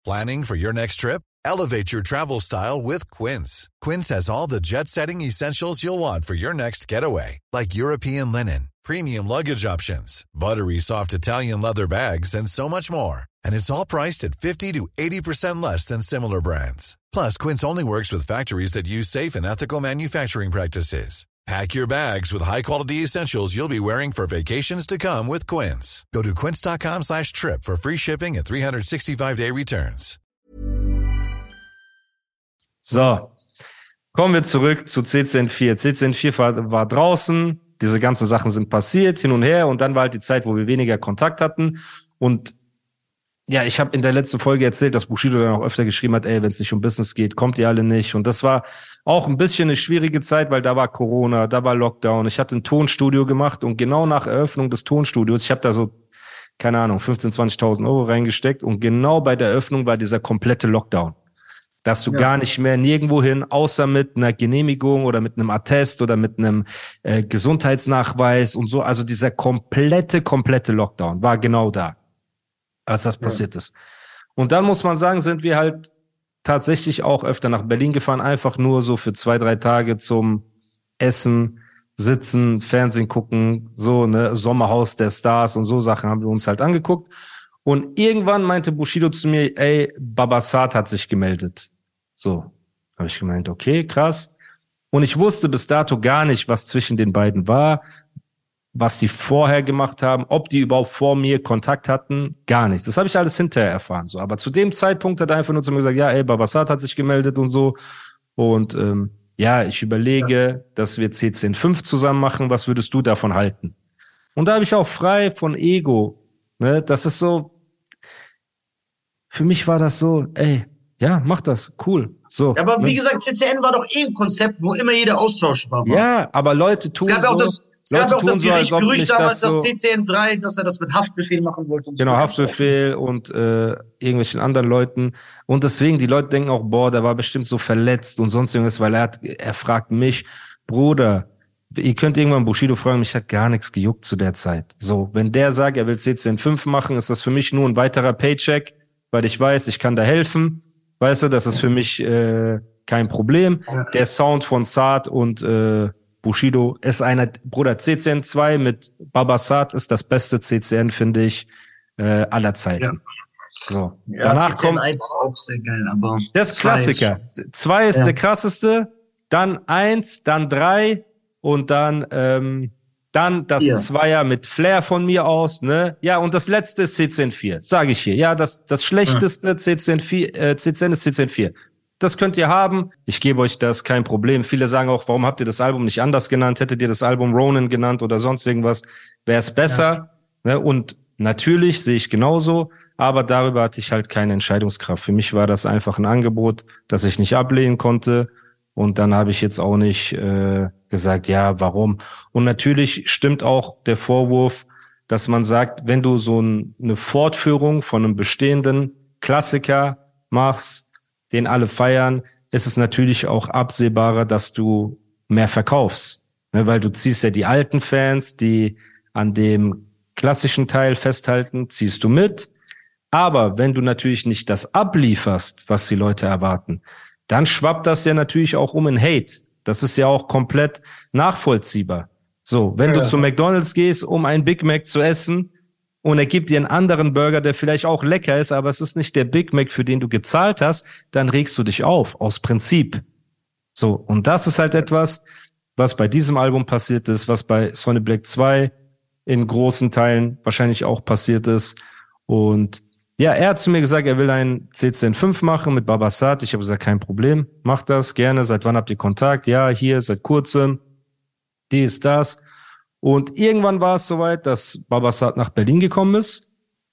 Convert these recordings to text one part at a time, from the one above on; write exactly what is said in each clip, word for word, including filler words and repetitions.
Planning for your next trip? Elevate your travel style with Quince. Quince has all the jet-setting essentials you'll want for your next getaway, like European linen, premium luggage options, buttery soft Italian leather bags, and so much more. And it's all priced at fifty to eighty percent less than similar brands. Plus, Quince only works with factories that use safe and ethical manufacturing practices. Pack your bags with high-quality essentials you'll be wearing for vacations to come with Quince. Go to quince.com slash trip for free shipping and three sixty-five day returns. So, kommen wir zurück zu C C N vier. C C N vier war, war draußen, diese ganzen Sachen sind passiert, hin und her, und dann war halt die Zeit, wo wir weniger Kontakt hatten. Und ja, ich habe in der letzten Folge erzählt, dass Bushido dann auch öfter geschrieben hat, ey, wenn es nicht um Business geht, kommt ihr alle nicht. Und das war auch ein bisschen eine schwierige Zeit, weil da war Corona, da war Lockdown. Ich hatte ein Tonstudio gemacht und genau nach Eröffnung des Tonstudios, ich habe da so, keine Ahnung, fünfzehntausend, zwanzigtausend Euro reingesteckt, und genau bei der Eröffnung war dieser komplette Lockdown. Dass du ja. gar nicht mehr nirgendwo hin, außer mit einer Genehmigung oder mit einem Attest oder mit einem äh, Gesundheitsnachweis und so. Also dieser komplette, komplette Lockdown war genau da, als das ja. passiert ist. Und dann muss man sagen, sind wir halt tatsächlich auch öfter nach Berlin gefahren, einfach nur so für zwei, drei Tage zum Essen, Sitzen, Fernsehen gucken, so, ne, Sommerhaus der Stars und so Sachen haben wir uns halt angeguckt. Und irgendwann meinte Bushido zu mir, ey, Babasat hat sich gemeldet. So, habe ich gemeint, okay, krass. Und ich wusste bis dato gar nicht, was zwischen den beiden war, was die vorher gemacht haben, ob die überhaupt vor mir Kontakt hatten, gar nichts. Das habe ich alles hinterher erfahren. So, aber zu dem Zeitpunkt hat er einfach nur zu mir gesagt, ja, ey, Babasat hat sich gemeldet und so. Und ähm, ja, ich überlege, ja. dass wir C C N fünf zusammen machen. Was würdest du davon halten? Und da habe ich auch frei von Ego. Ne, das ist so, für mich war das so, ey, ja, mach das, cool. So, ja, aber ne? wie gesagt, C C N war doch eh ein Konzept, wo immer jeder austauschbar war. Ja, aber Leute tun es gab so, auch das, es Leute gab auch das so, Gerücht, Gerücht damals, das so, dass C C N drei, dass er das mit Haftbefehl machen wollte. Und genau, so. Haftbefehl und äh, irgendwelchen anderen Leuten. Und deswegen, die Leute denken auch, boah, der war bestimmt so verletzt und sonst irgendwas, weil er hat, er fragt mich, Bruder, ihr könnt irgendwann Bushido fragen, mich hat gar nichts gejuckt zu der Zeit. So, wenn der sagt, er will C C N fünf machen, ist das für mich nur ein weiterer Paycheck, weil ich weiß, ich kann da helfen. Weißt du, das ist für mich äh, kein Problem. Der Sound von Saad und äh, Bushido ist einer, Bruder, C C N zwei mit Babasat ist das beste C C N, finde ich, äh, aller Zeiten. Ja. So, ja, danach C C N kommt eins war auch sehr geil, aber das Klassiker. zwei ist ja. der krasseste, dann eins, dann drei und dann ähm, dann das ja. Zweier mit Flair von mir aus, ne? Ja, und das letzte ist C C N vier, sage ich hier. Ja, das das schlechteste ja. C C N vier, äh, C C N ist C C N vier. Das könnt ihr haben. Ich gebe euch das, kein Problem. Viele sagen auch, warum habt ihr das Album nicht anders genannt? Hättet ihr das Album Ronin genannt oder sonst irgendwas, wäre es besser. Ja. Ne? Und natürlich sehe ich genauso, aber darüber hatte ich halt keine Entscheidungskraft. Für mich war das einfach ein Angebot, das ich nicht ablehnen konnte. Und dann habe ich jetzt auch nicht äh, gesagt, ja, warum? Und natürlich stimmt auch der Vorwurf, dass man sagt, wenn du so ein, eine Fortführung von einem bestehenden Klassiker machst, den alle feiern, ist es natürlich auch absehbarer, dass du mehr verkaufst. Ne, weil du ziehst ja die alten Fans, die an dem klassischen Teil festhalten, ziehst du mit. Aber wenn du natürlich nicht das ablieferst, was die Leute erwarten, dann schwappt das ja natürlich auch um in Hate. Das ist ja auch komplett nachvollziehbar. So, wenn ja, du zu McDonald's gehst, um ein Big Mac zu essen, und er gibt dir einen anderen Burger, der vielleicht auch lecker ist, aber es ist nicht der Big Mac, für den du gezahlt hast, dann regst du dich auf, aus Prinzip. So, und das ist halt etwas, was bei diesem Album passiert ist, was bei Sonny Black zwei in großen Teilen wahrscheinlich auch passiert ist. Und ja, er hat zu mir gesagt, er will ein C C N fünf machen mit Babasat. Ich habe gesagt, kein Problem, macht das gerne. Seit wann habt ihr Kontakt? Ja, hier, seit kurzem. Dies, das. Und irgendwann war es soweit, dass Babasat nach Berlin gekommen ist.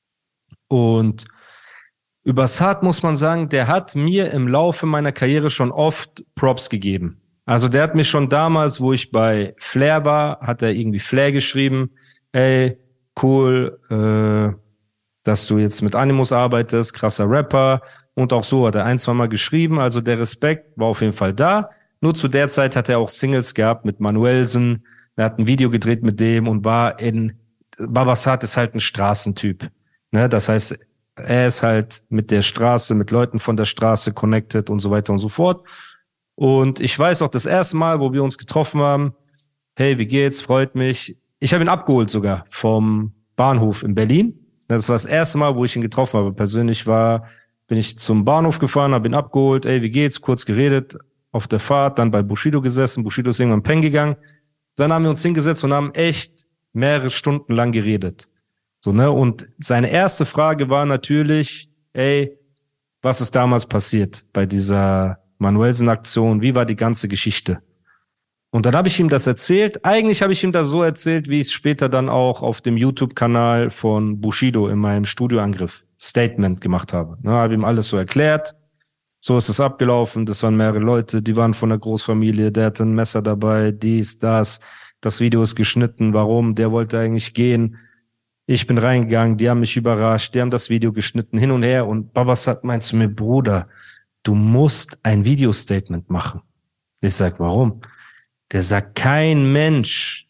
Und über Saad muss man sagen, der hat mir im Laufe meiner Karriere schon oft Props gegeben. Also der hat mich schon damals, wo ich bei Flair war, hat er irgendwie Flair geschrieben. Ey, cool, äh, dass du jetzt mit Animus arbeitest, krasser Rapper. Und auch so hat er ein, zwei Mal geschrieben. Also der Respekt war auf jeden Fall da. Nur zu der Zeit hat er auch Singles gehabt mit Manuelsen. Er hat ein Video gedreht mit dem und war in, Babasat ist halt ein Straßentyp. Ne? Das heißt, er ist halt mit der Straße, mit Leuten von der Straße connected und so weiter und so fort. Und ich weiß auch das erste Mal, wo wir uns getroffen haben, hey, wie geht's, freut mich. Ich habe ihn abgeholt sogar vom Bahnhof in Berlin. Das war das erste Mal, wo ich ihn getroffen habe. Persönlich war, bin ich zum Bahnhof gefahren, habe ihn abgeholt, ey, wie geht's, kurz geredet auf der Fahrt, dann bei Bushido gesessen. Bushido ist irgendwann pennen gegangen. Dann haben wir uns hingesetzt und haben echt mehrere Stunden lang geredet. So, ne? Und seine erste Frage war natürlich, ey, was ist damals passiert bei dieser Manuelsen-Aktion? Wie war die ganze Geschichte? Und dann habe ich ihm das erzählt. Eigentlich habe ich ihm das so erzählt, wie ich es später dann auch auf dem YouTube-Kanal von Bushido in meinem Studioangriff Statement gemacht habe. Ne, habe ihm alles so erklärt. So ist es abgelaufen. Das waren mehrere Leute, die waren von der Großfamilie. Der hatte ein Messer dabei, dies, das. Das Video ist geschnitten. Warum? Der wollte eigentlich gehen. Ich bin reingegangen. Die haben mich überrascht. Die haben das Video geschnitten, hin und her. Und Babasat meint zu mir, Bruder, du musst ein Video-Statement machen. Ich sag, warum? Der sagt, kein Mensch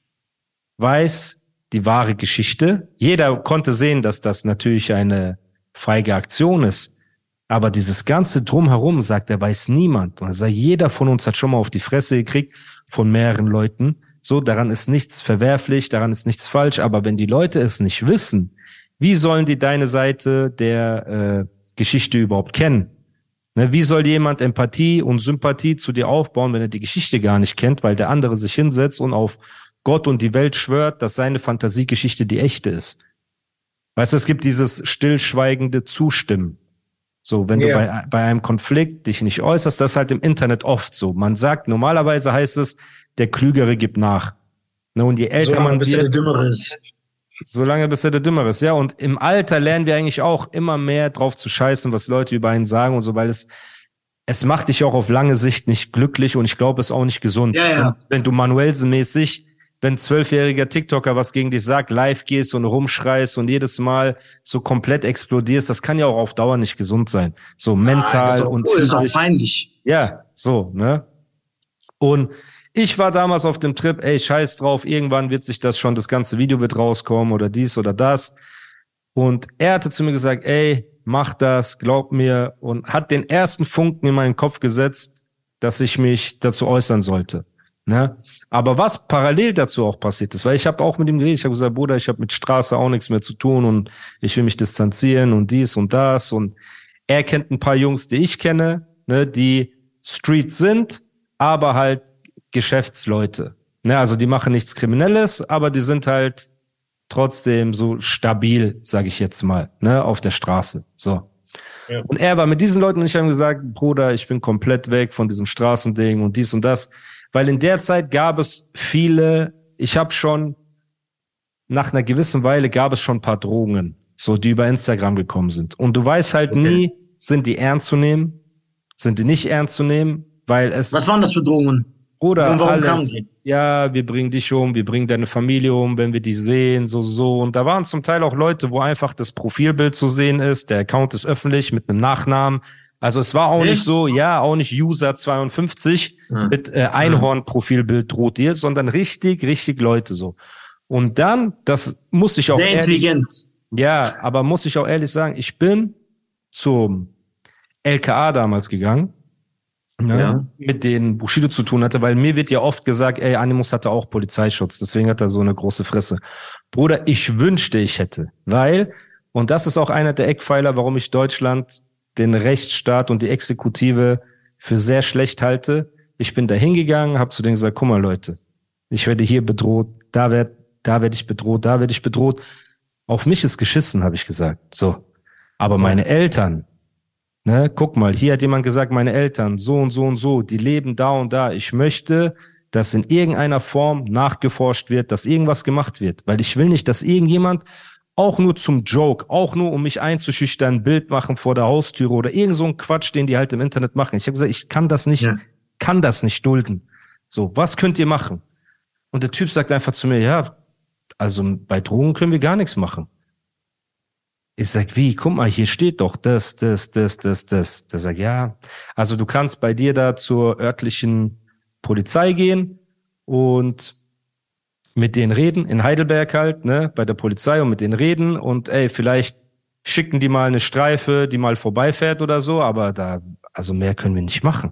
weiß die wahre Geschichte. Jeder konnte sehen, dass das natürlich eine feige Aktion ist. Aber dieses ganze Drumherum, sagt er, weiß niemand. Und er sagt, jeder von uns hat schon mal auf die Fresse gekriegt von mehreren Leuten. So, daran ist nichts verwerflich, daran ist nichts falsch. Aber wenn die Leute es nicht wissen, wie sollen die deine Seite der äh, Geschichte überhaupt kennen? Ne, wie soll jemand Empathie und Sympathie zu dir aufbauen, wenn er die Geschichte gar nicht kennt, weil der andere sich hinsetzt und auf Gott und die Welt schwört, dass seine Fantasiegeschichte die echte ist? Weißt du, es gibt dieses stillschweigende Zustimmen. So, wenn yeah. du bei, bei einem Konflikt dich nicht äußerst, das ist halt im Internet oft so. Man sagt, normalerweise heißt es, der Klügere gibt nach. Ne, und je älter Solange man bis wird, er der Dümmere ist. Solange bis er der Dümmere ist, ja. Und im Alter lernen wir eigentlich auch immer mehr drauf zu scheißen, was Leute über einen sagen und so, weil es es macht dich auch auf lange Sicht nicht glücklich und ich glaube, es ist auch nicht gesund. Ja, ja. Wenn du Manuelsen-mäßig, wenn ein zwölfjähriger TikToker was gegen dich sagt, live gehst und rumschreist und jedes Mal so komplett explodierst, das kann ja auch auf Dauer nicht gesund sein. So mental ah, das ist auch und cool, physisch. Das ist auch peinlich. Ja, so, ne? Und ich war damals auf dem Trip, ey, scheiß drauf, irgendwann wird sich das schon, das ganze Video wird rauskommen oder dies oder das. Und er hatte zu mir gesagt, ey, mach das, glaub mir, und hat den ersten Funken in meinen Kopf gesetzt, dass ich mich dazu äußern sollte. Ne? Aber was parallel dazu auch passiert ist, weil ich habe auch mit ihm geredet, ich habe gesagt, Bruder, ich habe mit Straße auch nichts mehr zu tun und ich will mich distanzieren und dies und das. Und er kennt ein paar Jungs, die ich kenne, ne, die Street sind, aber halt Geschäftsleute. Ne, also die machen nichts Kriminelles, aber die sind halt trotzdem so stabil, sage ich jetzt mal, ne, auf der Straße. So. Ja. Und er war mit diesen Leuten und ich habe ihm gesagt, Bruder, ich bin komplett weg von diesem Straßending und dies und das. Weil in der Zeit gab es viele, ich habe schon, nach einer gewissen Weile gab es schon ein paar Drohungen, so die über Instagram gekommen sind. Und du weißt halt okay. nie, sind die ernst zu nehmen, sind die nicht ernst zu nehmen, weil es... Was waren das für Drohungen? Oder und warum alles, kamen die? Ja, wir bringen dich um, wir bringen deine Familie um, wenn wir die sehen, so, so. Und da waren zum Teil auch Leute, wo einfach das Profilbild zu sehen ist, der Account ist öffentlich mit einem Nachnamen. Also es war auch Echt? nicht so, ja, auch nicht User zweiundfünfzig hm. mit äh, Einhorn-Profilbild droht dir, sondern richtig, richtig Leute so. Und dann, das muss ich auch Sehr ehrlich, intelligent. Ja, aber muss ich auch ehrlich sagen, ich bin zum L K A damals gegangen, ne, ja. mit denen Bushido zu tun hatte, weil mir wird ja oft gesagt, ey, Animus hatte auch Polizeischutz, deswegen hat er so eine große Fresse. Bruder, ich wünschte, ich hätte, weil, und das ist auch einer der Eckpfeiler, warum ich Deutschland, den Rechtsstaat und die Exekutive für sehr schlecht halte. Ich bin da hingegangen, habe zu denen gesagt, guck mal Leute, ich werde hier bedroht, da werd, da werde ich bedroht, da werde ich bedroht. Auf mich ist geschissen, habe ich gesagt. So, aber meine Eltern, ne, guck mal, hier hat jemand gesagt, meine Eltern, so und so und so, die leben da und da. Ich möchte, dass in irgendeiner Form nachgeforscht wird, dass irgendwas gemacht wird, weil ich will nicht, dass irgendjemand auch nur zum Joke, auch nur um mich einzuschüchtern, ein Bild machen vor der Haustüre oder irgend so ein Quatsch, den die halt im Internet machen. Ich habe gesagt, ich kann das nicht, ja. kann das nicht dulden. So, was könnt ihr machen? Und der Typ sagt einfach zu mir, ja, also bei Drogen können wir gar nichts machen. Ich sag, wie? Guck mal, hier steht doch das, das, das, das, das. Der sagt, ja, also du kannst bei dir da zur örtlichen Polizei gehen und mit denen reden, in Heidelberg halt, ne, bei der Polizei und mit denen reden und ey, vielleicht schicken die mal eine Streife, die mal vorbeifährt oder so, aber da, also mehr können wir nicht machen.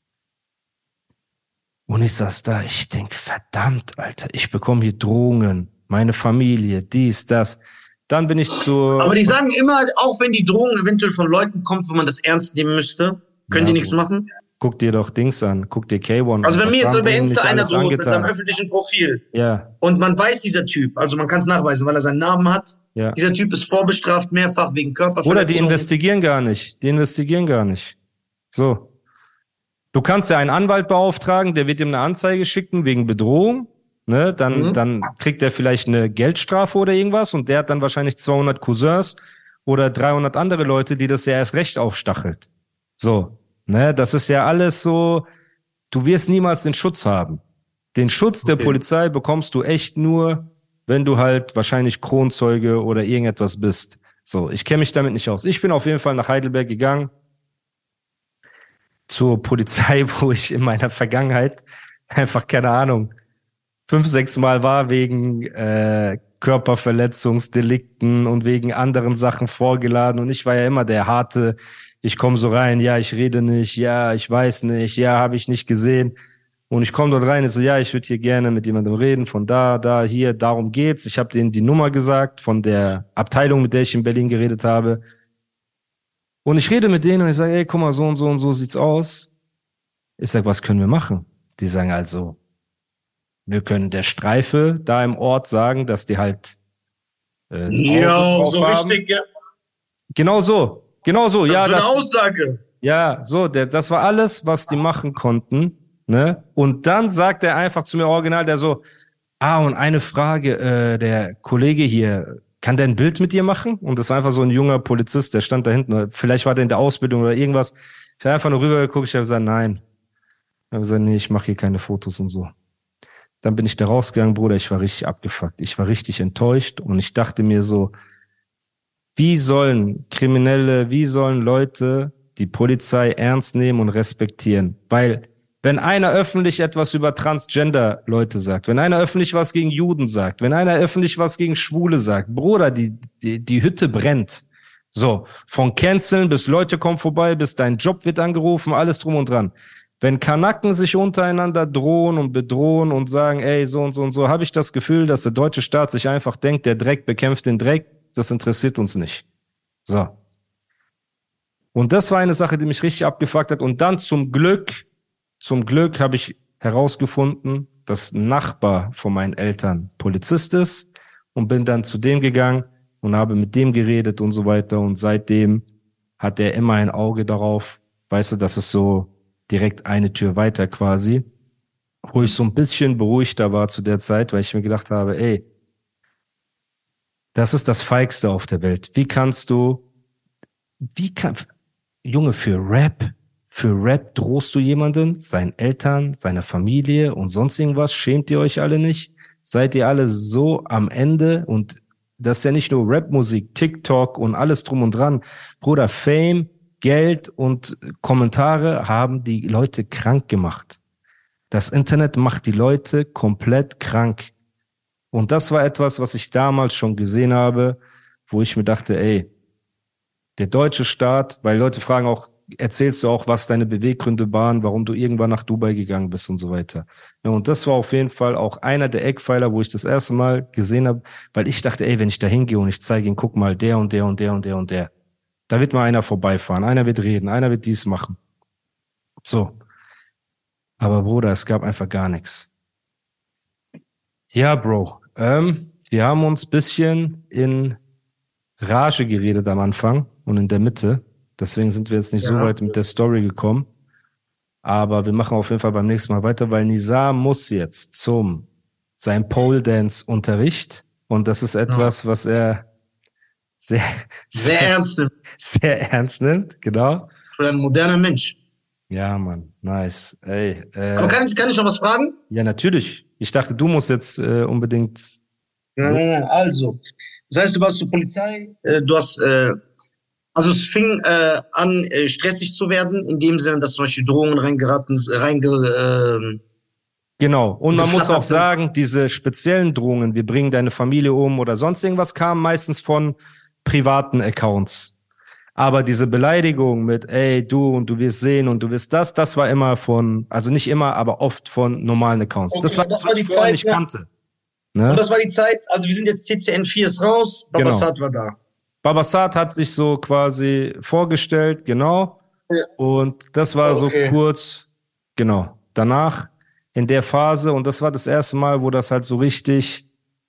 Und ich saß da, ich denk, verdammt, Alter, ich bekomme hier Drohungen, meine Familie, dies, das. Dann bin ich zur... Aber die sagen immer, auch wenn die Drohung eventuell von Leuten kommt, wo man das ernst nehmen müsste, können ja, die nichts machen? Guck dir doch Dings an, guck dir K eins an. Also wenn mir jetzt über Insta einer droht mit seinem öffentlichen Profil ja. und man weiß, dieser Typ, also man kann es nachweisen, weil er seinen Namen hat, ja. dieser Typ ist vorbestraft mehrfach wegen Körperverletzung. Oder die investigieren gar nicht, die investigieren gar nicht. So. Du kannst ja einen Anwalt beauftragen, der wird ihm eine Anzeige schicken wegen Bedrohung, ne? Dann, mhm. dann kriegt er vielleicht eine Geldstrafe oder irgendwas und der hat dann wahrscheinlich zweihundert Cousins oder dreihundert andere Leute, die das ja erst recht aufstachelt. So, ne? Das ist ja alles so, du wirst niemals den Schutz haben. Den Schutz okay. der Polizei bekommst du echt nur, wenn du halt wahrscheinlich Kronzeuge oder irgendetwas bist. So, ich kenne mich damit nicht aus. Ich bin auf jeden Fall nach Heidelberg gegangen, zur Polizei, wo ich in meiner Vergangenheit einfach, keine Ahnung, fünf, sechs Mal war wegen äh, Körperverletzungsdelikten und wegen anderen Sachen vorgeladen. Und ich war ja immer der harte, ich komme so rein, ja, ich rede nicht, ja, ich weiß nicht, ja, habe ich nicht gesehen. Und ich komme dort rein und so, ja, ich würde hier gerne mit jemandem reden, von da, da, hier, darum geht's. Ich habe denen die Nummer gesagt von der Abteilung, mit der ich in Berlin geredet habe. Und ich rede mit denen und ich sage, ey, guck mal, so und so und so sieht's aus. Ich sage, was können wir machen? Die sagen also, wir können der Streife da im Ort sagen, dass die halt äh, ja, so haben. Richtig, ja. Genau so, genau so. Das ja, ist so das, eine Aussage. Ja, so, der, das war alles, was die machen konnten, ne? Und dann sagt er einfach zu mir original, der so, ah, und eine Frage, äh, der Kollege hier, kann der ein Bild mit dir machen? Und das war einfach so ein junger Polizist, der stand da hinten. Vielleicht war der in der Ausbildung oder irgendwas. Ich habe einfach nur rübergeguckt, ich habe gesagt, nein. Ich habe gesagt, nee, ich mache hier keine Fotos und so. Dann bin ich da rausgegangen, Bruder, ich war richtig abgefuckt. Ich war richtig enttäuscht und ich dachte mir so, wie sollen Kriminelle, wie sollen Leute die Polizei ernst nehmen und respektieren? Weil wenn einer öffentlich etwas über Transgender-Leute sagt, wenn einer öffentlich was gegen Juden sagt, wenn einer öffentlich was gegen Schwule sagt, Bruder, die, die, die Hütte brennt. So, von Canceln bis Leute kommen vorbei, bis dein Job wird angerufen, alles drum und dran. Wenn Kanaken sich untereinander drohen und bedrohen und sagen, ey, so und so und so, habe ich das Gefühl, dass der deutsche Staat sich einfach denkt, der Dreck bekämpft den Dreck, das interessiert uns nicht. So. Und das war eine Sache, die mich richtig abgefuckt hat. Und dann zum Glück Zum Glück habe ich herausgefunden, dass ein Nachbar von meinen Eltern Polizist ist und bin dann zu dem gegangen und habe mit dem geredet und so weiter. Und seitdem hat er immer ein Auge darauf, weißt du, das ist so direkt eine Tür weiter quasi, wo ich so ein bisschen beruhigter war zu der Zeit, weil ich mir gedacht habe, ey, das ist das Feigste auf der Welt. Wie kannst du, wie kann, Junge, für Rap, Für Rap drohst du jemanden, seinen Eltern, seiner Familie und sonst irgendwas? Schämt ihr euch alle nicht? Seid ihr alle so am Ende? Und das ist ja nicht nur Rapmusik, TikTok und alles drum und dran. Bruder, Fame, Geld und Kommentare haben die Leute krank gemacht. Das Internet macht die Leute komplett krank. Und das war etwas, was ich damals schon gesehen habe, wo ich mir dachte, ey, der deutsche Staat, weil Leute fragen auch, erzählst du auch, was deine Beweggründe waren, warum du irgendwann nach Dubai gegangen bist und so weiter. Ja, und das war auf jeden Fall auch einer der Eckpfeiler, wo ich das erste Mal gesehen habe, weil ich dachte, ey, wenn ich da hingehe und ich zeige ihn, guck mal, der und der und der und der und der, da wird mal einer vorbeifahren, einer wird reden, einer wird dies machen. So. Aber Bruder, es gab einfach gar nichts. Ja, Bro, ähm, wir haben uns bisschen in Rage geredet am Anfang und in der Mitte. Deswegen sind wir jetzt nicht ja. so weit mit der Story gekommen. Aber wir machen auf jeden Fall beim nächsten Mal weiter, weil Nizar muss jetzt zum sein Pole Dance Unterricht. Und das ist etwas, ja. was er sehr, sehr, sehr ernst nimmt. Sehr ernst nimmt, genau. Für ein moderner Mensch. Ja, Mann, nice. Ey, äh, Aber kann ich, kann ich noch was fragen? Ja, natürlich. Ich dachte, du musst jetzt äh, unbedingt... Nein, nein, nein, also. Das heißt, du warst zur Polizei, äh, du hast... Äh, Also es fing äh, an, äh, stressig zu werden, in dem Sinne, dass zum Beispiel Drohungen reingeraten, reinge, äh, Genau. Und man muss auch sagen, diese speziellen Drohungen, wir bringen deine Familie um oder sonst irgendwas, kamen meistens von privaten Accounts. Aber diese Beleidigung mit, ey, du und du wirst sehen und du wirst das, das war immer von, also nicht immer, aber oft von normalen Accounts. Okay, das war, das was war die ich vorher Zeit, nicht ja. kannte. Ne? Und das war die Zeit, also wir sind jetzt C C N vier ist raus, Babasat Genau. war da. Babasat hat sich so quasi vorgestellt, genau. Ja. Und das war Okay. so kurz, genau, danach in der Phase. Und das war das erste Mal, wo das halt so richtig,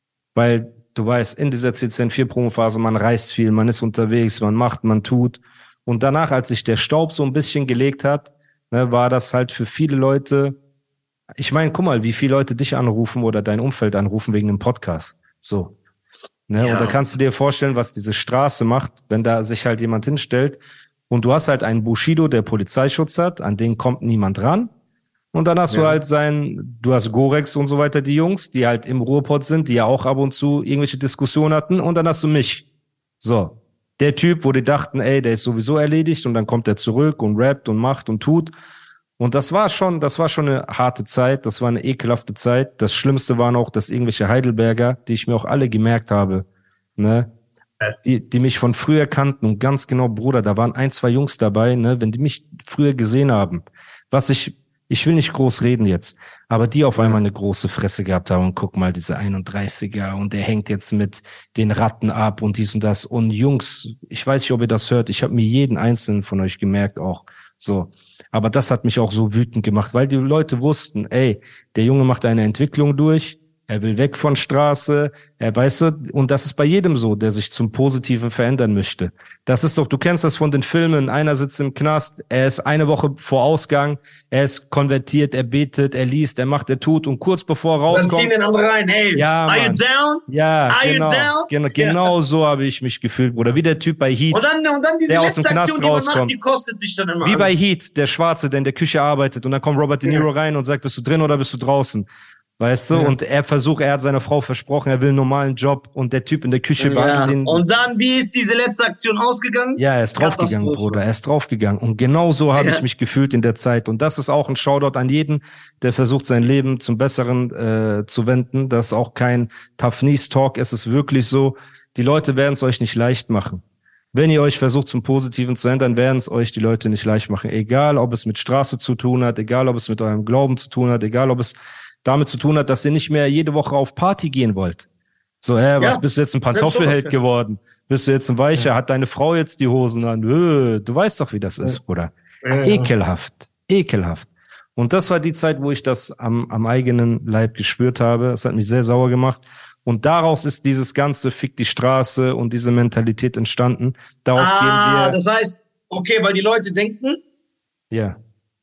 weil du weißt, in dieser C C N vier Promophase, man reist viel, man ist unterwegs, man macht, man tut. Und danach, als sich der Staub so ein bisschen gelegt hat, ne, war das halt für viele Leute, ich meine, guck mal, wie viele Leute dich anrufen oder dein Umfeld anrufen wegen einem Podcast. So. Ne? Ja. Und da kannst du dir vorstellen, was diese Straße macht, wenn da sich halt jemand hinstellt. Und du hast halt einen Bushido, der Polizeischutz hat, an den kommt niemand ran. Und dann hast Ja. du halt sein, du hast Gorex und so weiter, die Jungs, die halt im Ruhrpott sind, die ja auch ab und zu irgendwelche Diskussionen hatten. Und dann hast du mich. So. Der Typ, wo die dachten, ey, der ist sowieso erledigt und dann kommt er zurück und rappt und macht und tut. Und das war schon, das war schon eine harte Zeit, das war eine ekelhafte Zeit. Das Schlimmste waren auch, dass irgendwelche Heidelberger, die ich mir auch alle gemerkt habe, ne, die, die mich von früher kannten und ganz genau, Bruder, da waren ein, zwei Jungs dabei, ne, wenn die mich früher gesehen haben, was ich, ich will nicht groß reden jetzt, aber die auf einmal eine große Fresse gehabt haben und guck mal, diese einunddreißiger und der hängt jetzt mit den Ratten ab und dies und das und Jungs, ich weiß nicht, ob ihr das hört, ich habe mir jeden einzelnen von euch gemerkt auch, so. Aber das hat mich auch so wütend gemacht, weil die Leute wussten, ey, der Junge macht eine Entwicklung durch, er will weg von Straße, er weiß du, und das ist bei jedem so, der sich zum Positiven verändern möchte. Das ist doch, du kennst das von den Filmen, einer sitzt im Knast, er ist eine Woche vor Ausgang, er ist konvertiert, er betet, er liest, er macht, er tut und kurz bevor er rauskommt. Dann ziehen den anderen rein, hey, Ja, are you Mann. down? Ja, Are you genau, down? genau, genau so habe ich mich gefühlt, Bruder, wie der Typ bei Heat. Und dann, und dann diese Der aus dem letzte Knast Aktion, die man rauskommt. macht, die kostet sich dann immer Wie bei alles. Heat, der Schwarze, der in der Küche arbeitet und dann kommt Robert De Niro Ja. rein und sagt, bist du drin oder bist du draußen? Weißt du? Ja. Und er versucht, er hat seiner Frau versprochen, er will einen normalen Job und der Typ in der Küche Ja. behandelt den. Und dann, wie ist diese letzte Aktion ausgegangen? Ja, er ist draufgegangen, Katastrophe. Bruder, er ist draufgegangen. Und genau so habe Ja. ich mich gefühlt in der Zeit. Und das ist auch ein Shoutout an jeden, der versucht, sein Leben zum Besseren äh, zu wenden. Das ist auch kein Tough-Knees-Talk, es ist wirklich so, die Leute werden es euch nicht leicht machen. Wenn ihr euch versucht, zum Positiven zu ändern, werden es euch die Leute nicht leicht machen. Egal, ob es mit Straße zu tun hat, egal, ob es mit eurem Glauben zu tun hat, egal, ob es damit zu tun hat, dass ihr nicht mehr jede Woche auf Party gehen wollt. So, äh, was Ja, bist du jetzt ein selbst Pantoffelheld sowas, ja. geworden? Bist du jetzt ein Weicher? Ja. Hat deine Frau jetzt die Hosen an? Öh, du weißt doch, wie das ist, Bruder. Ja, ja. Ekelhaft, ekelhaft. Und das war die Zeit, wo ich das am, am eigenen Leib gespürt habe. Es hat mich sehr sauer gemacht. Und daraus ist dieses ganze Fick die Straße und diese Mentalität entstanden. Daraus Ah, gehen wir. das heißt, okay, weil die Leute denken, Ja,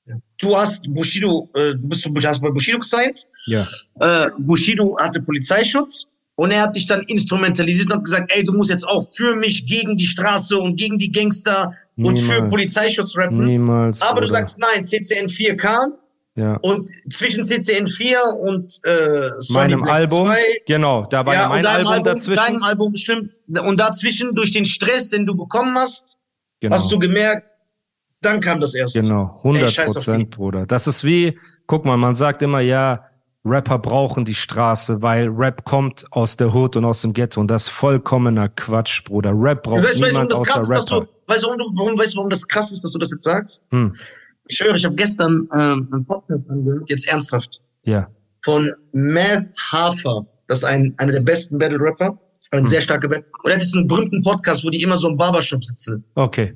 du hast Bushido, äh, du bist du hast bei Bushido gesigned. ja, Äh, Bushido hatte Polizeischutz und er hat dich dann instrumentalisiert und hat gesagt, ey, du musst jetzt auch für mich gegen die Straße und gegen die Gangster und für Niemals. Polizeischutz rappen. niemals. Aber du Bruder. sagst, nein, C C N vier kam ja. und zwischen C C N vier und äh, Sonny Meinem Black Album, zwei, genau, da war ja, ja, mein und deinem Album, Album, dazwischen. deinem Album stimmt. Und dazwischen, durch den Stress, den du bekommen hast, Genau. hast du gemerkt, dann kam das erst. Genau, Ey, hundert scheiß auf die. Prozent, Bruder. Das ist wie, guck mal, man sagt immer, ja, Rapper brauchen die Straße, weil Rap kommt aus der Hood und aus dem Ghetto. Und das ist vollkommener Quatsch, Bruder. Rap braucht Weißt du, weißt, du, warum niemand das krass außer ist, dass du, Rapper. weißt du, warum, du- warum, weißt du, warum das krass ist, dass du das jetzt sagst? Hm. Ich höre, ich habe gestern ähm, einen Podcast angehört, jetzt ernsthaft, Ja, von Math Hafer. Das ist ein, einer der besten Battle-Rapper, ein Hm. sehr starker Battle. Und er hat jetzt einen berühmten Podcast, wo die immer so im Barbershop sitzen. okay,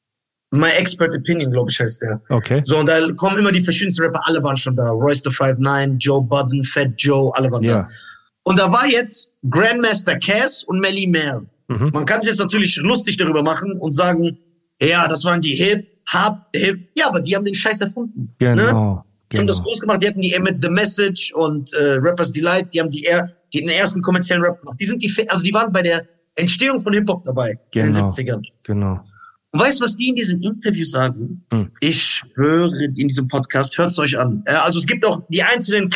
My Expert Opinion, glaube ich, heißt der. okay. So, und da kommen immer die verschiedensten Rapper, alle waren schon da. Royce the five nine, Joe Budden, Fat Joe, alle waren Ja. da. Und da war jetzt Grandmaster Cass und Melly Mel. Mhm. Man kann sich jetzt natürlich lustig darüber machen und sagen, ja, das waren die Hip, Hub, Hip. Ja, aber die haben den Scheiß erfunden. Ne? Genau, Die haben das genau. groß gemacht. Die hatten die mit The Message und äh, Rappers Delight. Die haben die eher, die den ersten kommerziellen Rap gemacht. Die sind die, also die waren bei der Entstehung von Hip-Hop dabei in den Genau. siebzigern. Genau. Und weißt du, was die in diesem Interview sagen? Hm. Ich schwöre, in diesem Podcast, hört es euch an. Äh, also es gibt auch die einzelnen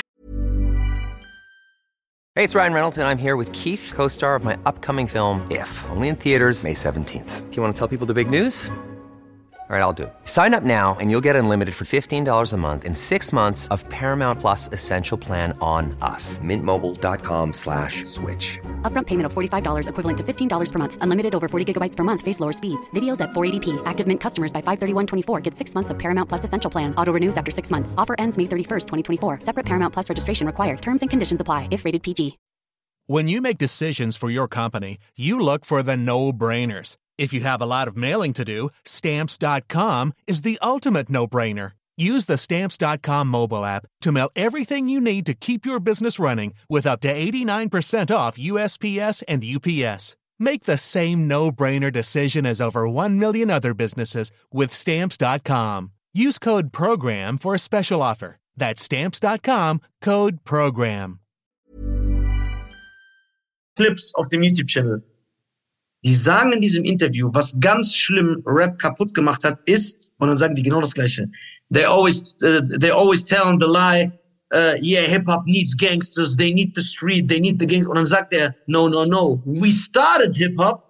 Hey, it's Ryan Reynolds, and I'm here with Keith, co-star of my upcoming film, If, only in theaters May seventeenth. Do you want to tell people the big news? All right, I'll do it. Sign up now and you'll get unlimited for fifteen dollars a month and six months of Paramount Plus Essential Plan on us. Mint Mobile dot com slash switch. Upfront payment of forty-five dollars equivalent to fifteen dollars per month. Unlimited over forty gigabytes per month. Face lower speeds. Videos at four eighty p. Active Mint customers by five thirty-one twenty-four get six months of Paramount Plus Essential Plan. Auto renews after six months. Offer ends May thirty-first, twenty twenty-four. Separate Paramount Plus registration required. Terms and conditions apply if rated P G. When you make decisions for your company, you look for the no-brainers. If you have a lot of mailing to do, Stamps dot com is the ultimate no-brainer. Use the Stamps dot com mobile app to mail everything you need to keep your business running with up to eighty-nine percent off U S P S and U P S. Make the same no-brainer decision as over one million other businesses with Stamps dot com. Use code PROGRAM for a special offer. That's Stamps dot com, code PROGRAM. Clips auf dem YouTube-Channel. Die sagen in diesem Interview, was ganz schlimm Rap kaputt gemacht hat, ist, und dann sagen die genau das Gleiche. They always, uh, they always tell them the lie, uh, yeah, Hip-Hop needs gangsters, they need the street, they need the gang. Und dann sagt er, no, no, no, we started Hip-Hop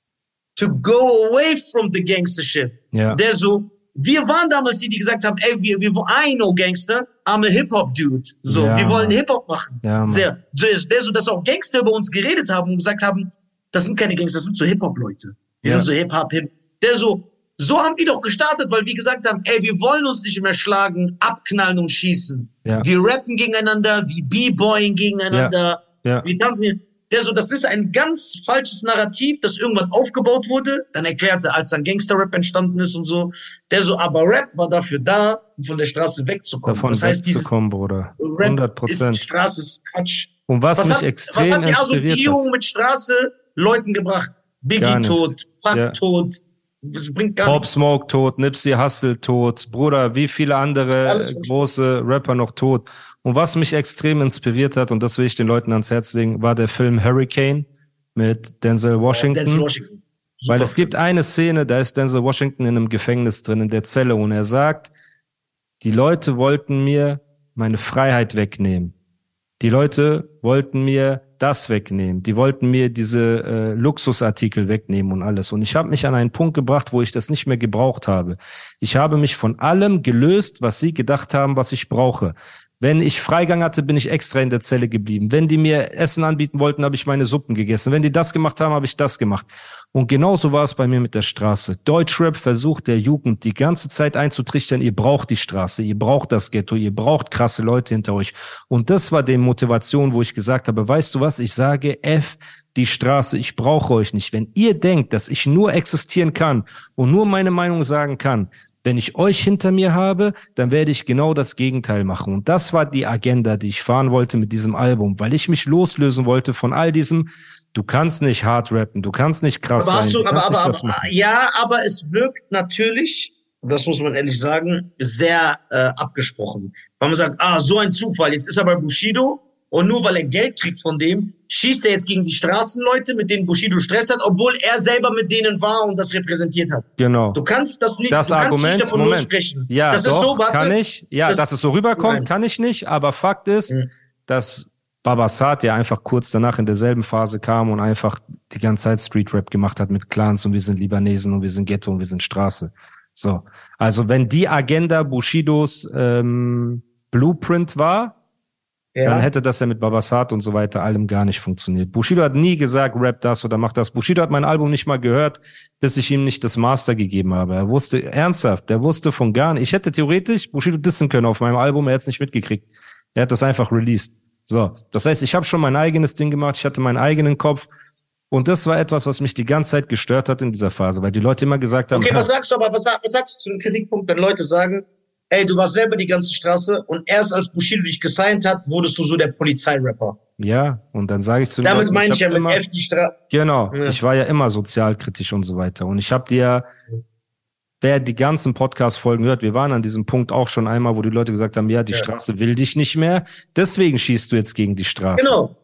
to go away from the gangster shit. Ja. Der so, wir waren damals die, die gesagt haben, ey, wir, wir, I know Gangster, I'm a Hip-Hop-Dude. So, ja, wir wollen Mann. Hip-Hop machen. Ja, Sehr, der so, dass auch Gangster über uns geredet haben und gesagt haben, das sind keine Gangster, das sind so Hip-Hop-Leute. Die ja. sind so Hip-Hop, Hip. Der so, so haben die doch gestartet, weil wir gesagt haben, ey, wir wollen uns nicht mehr schlagen, abknallen und schießen. Ja. Wir rappen gegeneinander, wir B-Boyen gegeneinander, ja. Ja. wir tanzen. Der so, das ist ein ganz falsches Narrativ, das irgendwann aufgebaut wurde. Dann erklärte, als dann Gangster-Rap entstanden ist und so. Der so, aber Rap war dafür da, um von der Straße wegzukommen. Davon das heißt, wegzukommen, Bruder. hundert Prozent. Ist Straße, ist Quatsch. Und was, Was mich hat, extrem was hat die inspiriert Assoziierung hat, mit Straße Leuten gebracht? Biggie Gar nichts. tot, Pac Ja. tot. Das bringt gar Pop nichts. Smoke tot, Nipsey Hussle tot, Bruder, wie viele andere Alles große Rapper noch tot. Und was mich extrem inspiriert hat, und das will ich den Leuten ans Herz legen, war der Film Hurricane mit Denzel Washington. Denzel Washington. Super Weil es gibt eine Szene, da ist Denzel Washington in einem Gefängnis drin, in der Zelle, und er sagt, die Leute wollten mir meine Freiheit wegnehmen. Die Leute wollten mir das wegnehmen. Die wollten mir diese äh, Luxusartikel wegnehmen und alles. Und ich habe mich an einen Punkt gebracht, wo ich das nicht mehr gebraucht habe. Ich habe mich von allem gelöst, was sie gedacht haben, was ich brauche. Wenn ich Freigang hatte, bin ich extra in der Zelle geblieben. Wenn die mir Essen anbieten wollten, habe ich meine Suppen gegessen. Wenn die das gemacht haben, habe ich das gemacht. Und genauso war es bei mir mit der Straße. Deutschrap versucht der Jugend die ganze Zeit einzutrichtern, ihr braucht die Straße, ihr braucht das Ghetto, ihr braucht krasse Leute hinter euch. Und das war die Motivation, wo ich gesagt habe, weißt du was, ich sage F die Straße, ich brauche euch nicht. Wenn ihr denkt, dass ich nur existieren kann und nur meine Meinung sagen kann, wenn ich euch hinter mir habe, dann werde ich genau das Gegenteil machen. Und das war die Agenda, die ich fahren wollte mit diesem Album, weil ich mich loslösen wollte von all diesem, du kannst nicht hart rappen, du kannst nicht krass aber sein. Du, du aber, kannst aber, nicht aber, das ja, aber es wirkt natürlich, das muss man ehrlich sagen, sehr äh, abgesprochen. Weil man sagt, ah, so ein Zufall, jetzt ist er bei Bushido und nur weil er Geld kriegt von dem, schießt er jetzt gegen die Straßenleute, mit denen Bushido Stress hat, obwohl er selber mit denen war und das repräsentiert hat. Genau. Du kannst das nicht, Das du kannst Argument, nicht davon Moment. lossprechen. Ja, das doch, ist so, warte, kann ich. Ja, das, dass es so rüberkommt, nein. kann ich nicht. Aber Fakt ist, Mhm. dass Babasat ja einfach kurz danach in derselben Phase kam und einfach die ganze Zeit Street Rap gemacht hat mit Clans und wir sind Libanesen und wir sind Ghetto und wir sind Straße. So. Also wenn die Agenda Bushidos ähm, Blueprint war, ja. dann hätte das ja mit Babasat und so weiter allem gar nicht funktioniert. Bushido hat nie gesagt, rap das oder mach das. Bushido hat mein Album nicht mal gehört, bis ich ihm nicht das Master gegeben habe. Er wusste, ernsthaft, der wusste von gar nicht. Ich hätte theoretisch Bushido dissen können auf meinem Album, er hätte es nicht mitgekriegt. Er hat das einfach released. So, das heißt, ich habe schon mein eigenes Ding gemacht, ich hatte meinen eigenen Kopf. Und das war etwas, was mich die ganze Zeit gestört hat in dieser Phase, weil die Leute immer gesagt haben... Okay, was sagst du aber, was, was sagst du zu dem Kritikpunkt, wenn Leute sagen, ey, du warst selber die ganze Straße und erst als Bushido dich gesigned hat, wurdest du so der Polizeirapper. Ja, und dann sage ich zu den Damit Leuten, meine ich ja mit immer, F die Straße. Genau, Ja. ich war ja immer sozialkritisch und so weiter. Und ich habe dir, wer die ganzen Podcast-Folgen hört, wir waren an diesem Punkt auch schon einmal, wo die Leute gesagt haben, ja, die Ja. Straße will dich nicht mehr, deswegen schießt du jetzt gegen die Straße. Genau.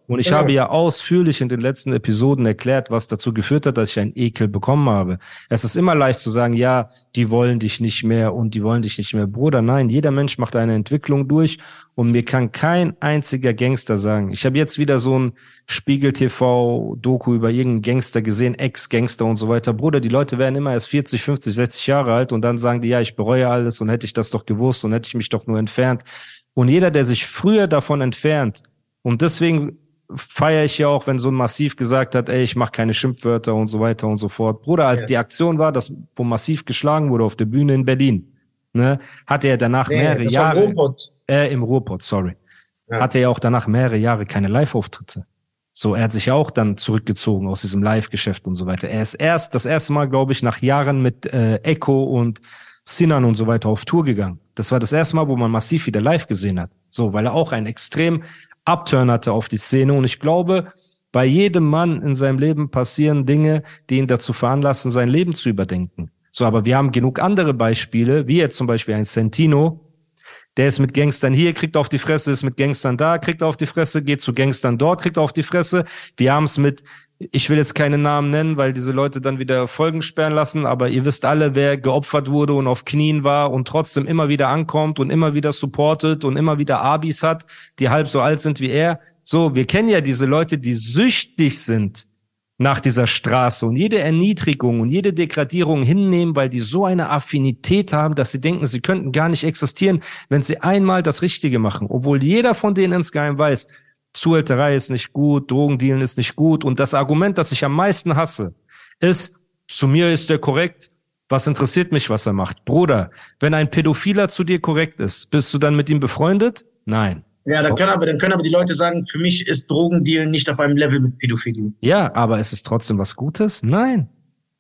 Und ich genau. habe ja ausführlich in den letzten Episoden erklärt, was dazu geführt hat, dass ich einen Ekel bekommen habe. Es ist immer leicht zu sagen, ja, die wollen dich nicht mehr und die wollen dich nicht mehr. Bruder, nein, jeder Mensch macht eine Entwicklung durch und mir kann kein einziger Gangster sagen. Ich habe jetzt wieder so ein Spiegel-T V-Doku über irgendeinen Gangster gesehen, Ex-Gangster und so weiter. Bruder, die Leute werden immer erst vierzig, fünfzig, sechzig Jahre alt und dann sagen die, ja, ich bereue alles und hätte ich das doch gewusst und hätte ich mich doch nur entfernt. Und jeder, der sich früher davon entfernt, und deswegen feiere ich ja auch, wenn so ein Massiv gesagt hat, ey, ich mache keine Schimpfwörter und so weiter und so fort. Bruder, als ja. die Aktion war, dass, wo Massiv geschlagen wurde auf der Bühne in Berlin, ne, hatte er danach nee, mehrere das Jahre... War im Ruhrpott. Äh, im Ruhrpott, sorry. Ja. Hatte er auch danach mehrere Jahre keine Live-Auftritte. So, er hat sich auch dann zurückgezogen aus diesem Live-Geschäft und so weiter. Er ist erst, das erste Mal, glaube ich, nach Jahren mit äh, Echo und Sinan und so weiter auf Tour gegangen. Das war das erste Mal, wo man Massiv wieder live gesehen hat. So, weil er auch einen extrem Upturn hatte auf die Szene. Und ich glaube, bei jedem Mann in seinem Leben passieren Dinge, die ihn dazu veranlassen, sein Leben zu überdenken. So, aber wir haben genug andere Beispiele, wie jetzt zum Beispiel ein Santino, der ist mit Gangstern hier, kriegt auf die Fresse, ist mit Gangstern da, kriegt auf die Fresse, geht zu Gangstern dort, kriegt auf die Fresse. Wir haben es mit, ich will jetzt keine Namen nennen, weil diese Leute dann wieder Folgen sperren lassen, aber ihr wisst alle, wer geopfert wurde und auf Knien war und trotzdem immer wieder ankommt und immer wieder supportet und immer wieder Abis hat, die halb so alt sind wie er. So, wir kennen ja diese Leute, die süchtig sind nach dieser Straße und jede Erniedrigung und jede Degradierung hinnehmen, weil die so eine Affinität haben, dass sie denken, sie könnten gar nicht existieren, wenn sie einmal das Richtige machen. Obwohl jeder von denen insgeheim weiß, Zuhälterei ist nicht gut, Drogendealen ist nicht gut. Und das Argument, das ich am meisten hasse, ist, zu mir ist der korrekt, was interessiert mich, was er macht? Bruder, wenn ein Pädophiler zu dir korrekt ist, bist du dann mit ihm befreundet? Nein. Ja, dann können, aber, dann können aber die Leute sagen, für mich ist Drogendealen nicht auf einem Level mit Pädophilie. Ja, aber ist es trotzdem was Gutes? Nein.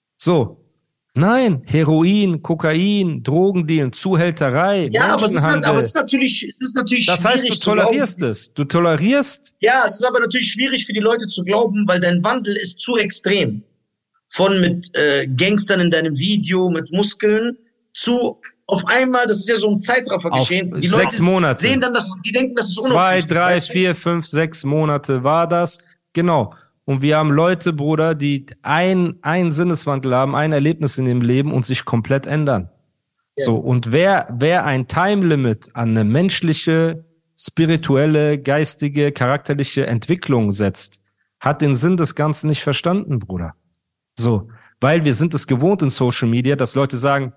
So. Nein. Heroin, Kokain, Drogendealen, Zuhälterei, ja, aber es, ist, Menschenhandel. aber es ist natürlich, es ist natürlich das heißt, du tolerierst es. Du tolerierst. Ja, es ist aber natürlich schwierig für die Leute zu glauben, weil dein Wandel ist zu extrem. Von mit äh, Gangstern in deinem Video, mit Muskeln, zu auf einmal, das ist ja so ein Zeitraffer geschehen. Die sechs Leute Monate. Sehen dann, dass die denken, das ist Zwei, drei, weißt du? vier, fünf, sechs Monate war das. Genau. Und wir haben Leute, Bruder, die ein, ein Sinneswandel haben, ein Erlebnis in dem Leben und sich komplett ändern. Ja. So. Und wer, wer ein Time-Limit an eine menschliche, spirituelle, geistige, charakterliche Entwicklung setzt, hat den Sinn des Ganzen nicht verstanden, Bruder. So. Weil wir sind es gewohnt in Social Media, dass Leute sagen,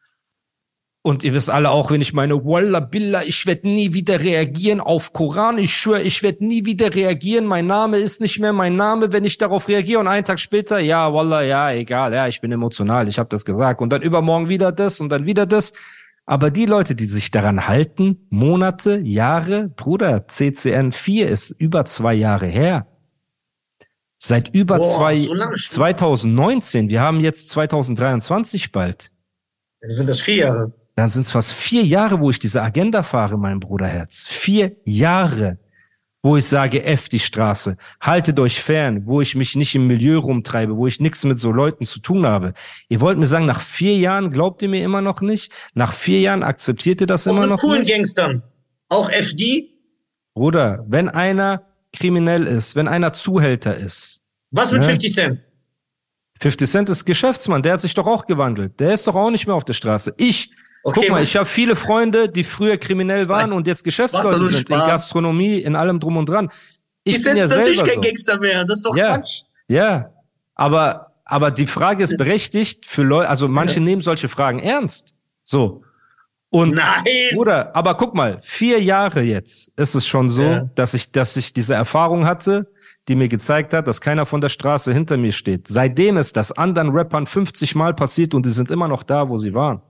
und ihr wisst alle auch, wenn ich meine, Wallah Billah, ich werde nie wieder reagieren auf Koran, ich schwöre, ich werde nie wieder reagieren, mein Name ist nicht mehr mein Name, wenn ich darauf reagiere und einen Tag später, ja, Wallah, ja, egal, ja, ich bin emotional, ich habe das gesagt und dann übermorgen wieder das und dann wieder das. Aber die Leute, die sich daran halten, Monate, Jahre, Bruder, C C N vier ist über zwei Jahre her. Seit über Boah, zwei, so lange schon. zwanzig neunzehn, wir haben jetzt zwanzig dreiundzwanzig bald. Dann sind das vier Jahre. Dann sind es fast vier Jahre, wo ich diese Agenda fahre, mein Bruderherz. Vier Jahre, wo ich sage, F die Straße, haltet euch fern, wo ich mich nicht im Milieu rumtreibe, wo ich nichts mit so Leuten zu tun habe. Ihr wollt mir sagen, nach vier Jahren glaubt ihr mir immer noch nicht? Nach vier Jahren akzeptiert ihr das Und immer mit noch coolen nicht? Gangstern. Auch F D? Bruder, wenn einer kriminell ist, wenn einer Zuhälter ist. Was mit ne? fifty Cent? fifty Cent ist Geschäftsmann, der hat sich doch auch gewandelt. Der ist doch auch nicht mehr auf der Straße. Ich Okay, Guck mal, ich habe viele Freunde, die früher kriminell waren Nein. und jetzt Geschäftsleute sind, Spaß. in Gastronomie, in allem drum und dran. Ich Die bin sind ja natürlich selber kein so. Gangster mehr, das ist doch Ja, Quatsch. ja, aber aber die Frage ist berechtigt für Leute, also manche ja. nehmen solche Fragen ernst. So. Und Nein. Bruder, aber guck mal, vier Jahre jetzt ist es schon so, Ja. dass ich dass ich diese Erfahrung hatte, die mir gezeigt hat, dass keiner von der Straße hinter mir steht. Seitdem ist das anderen Rappern fünfzig Mal passiert und die sind immer noch da, wo sie waren.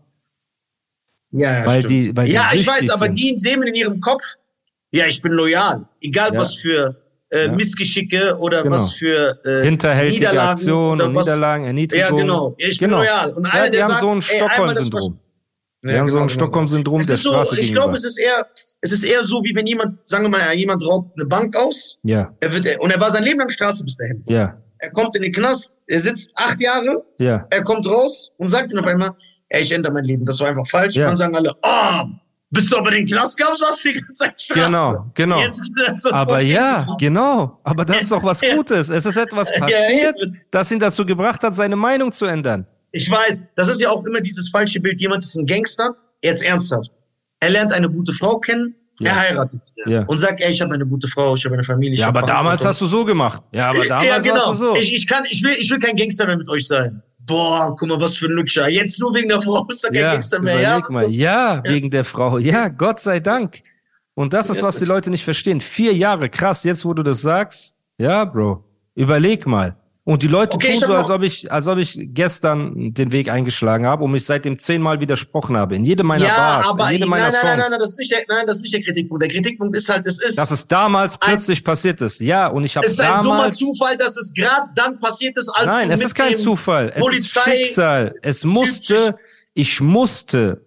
Ja, ja, Weil stimmt. die, weil die ja ich weiß, süchtig aber sind. die sehen in ihrem Kopf, ja, ich bin loyal. Egal Ja. was für äh, Ja. Missgeschicke oder Genau. was für äh, Hinterhältige Niederlagen Aktionen oder und was. Niederlagen, Erniedrigung. Ja, genau. Ich bin Genau. loyal. Und Ja, einer, die der haben sagt, so ein ey, einmal das Stockholm-Syndrom. Die Ja, haben so genau, ein genau. Stockholm-Syndrom Es der ist so, Straße ich gegenüber. glaube, es ist eher, es ist eher so, wie wenn jemand, sagen wir mal, jemand raubt eine Bank aus. Ja, Er wird, und er war sein Leben lang Straße bis dahin. ja, Er kommt in den Knast, er sitzt acht Jahre, ja. er kommt raus und sagt dann auf einmal, ey, ich ändere mein Leben, das war einfach falsch. Ja. Und dann sagen alle, oh, Bis du aber den Knast kam, saß die ganze Zeit Straße. Genau, genau. Jetzt, so aber ja, genau. Aber das ist doch was Gutes. Es ist etwas passiert, ja, das ihn dazu gebracht hat, seine Meinung zu ändern. Ich weiß, das ist ja auch immer dieses falsche Bild. Jemand ist ein Gangster, jetzt ernsthaft. Er lernt eine gute Frau kennen, ja. er heiratet ja. und sagt, ey, ich habe eine gute Frau, ich habe eine Familie. Ja, aber damals hast du so gemacht. Ja, aber damals ja, genau. hast du so. Ich, ich, kann, ich, will, ich will kein Gangster mehr mit euch sein. Boah, guck mal, was für ein Lutscher. Jetzt nur wegen der Frau ist er kein ja, Gangster mehr. Ja, mal. Ja, ja, wegen der Frau. Ja, Gott sei Dank. Und das ist, was die Leute nicht verstehen. Vier Jahre, krass, jetzt wo du das sagst. Ja, Bro, überleg mal. Und die Leute okay, tun so, als ob ich, als ob ich gestern den Weg eingeschlagen habe und mich seitdem zehnmal widersprochen habe. In jedem meiner ja, Bars, aber in jedem nein, meiner nein, Songs. Nein, nein, nein, das ist nicht der, nein, das ist nicht der Kritikpunkt. Der Kritikpunkt ist halt, es ist. Dass es damals plötzlich passiert ist. Ja, und ich habe damals. Es ist ein dummer Zufall, dass es gerade dann passiert ist, als Nein, du es mit ist kein Zufall. Es ist Schicksal. Es musste, ich musste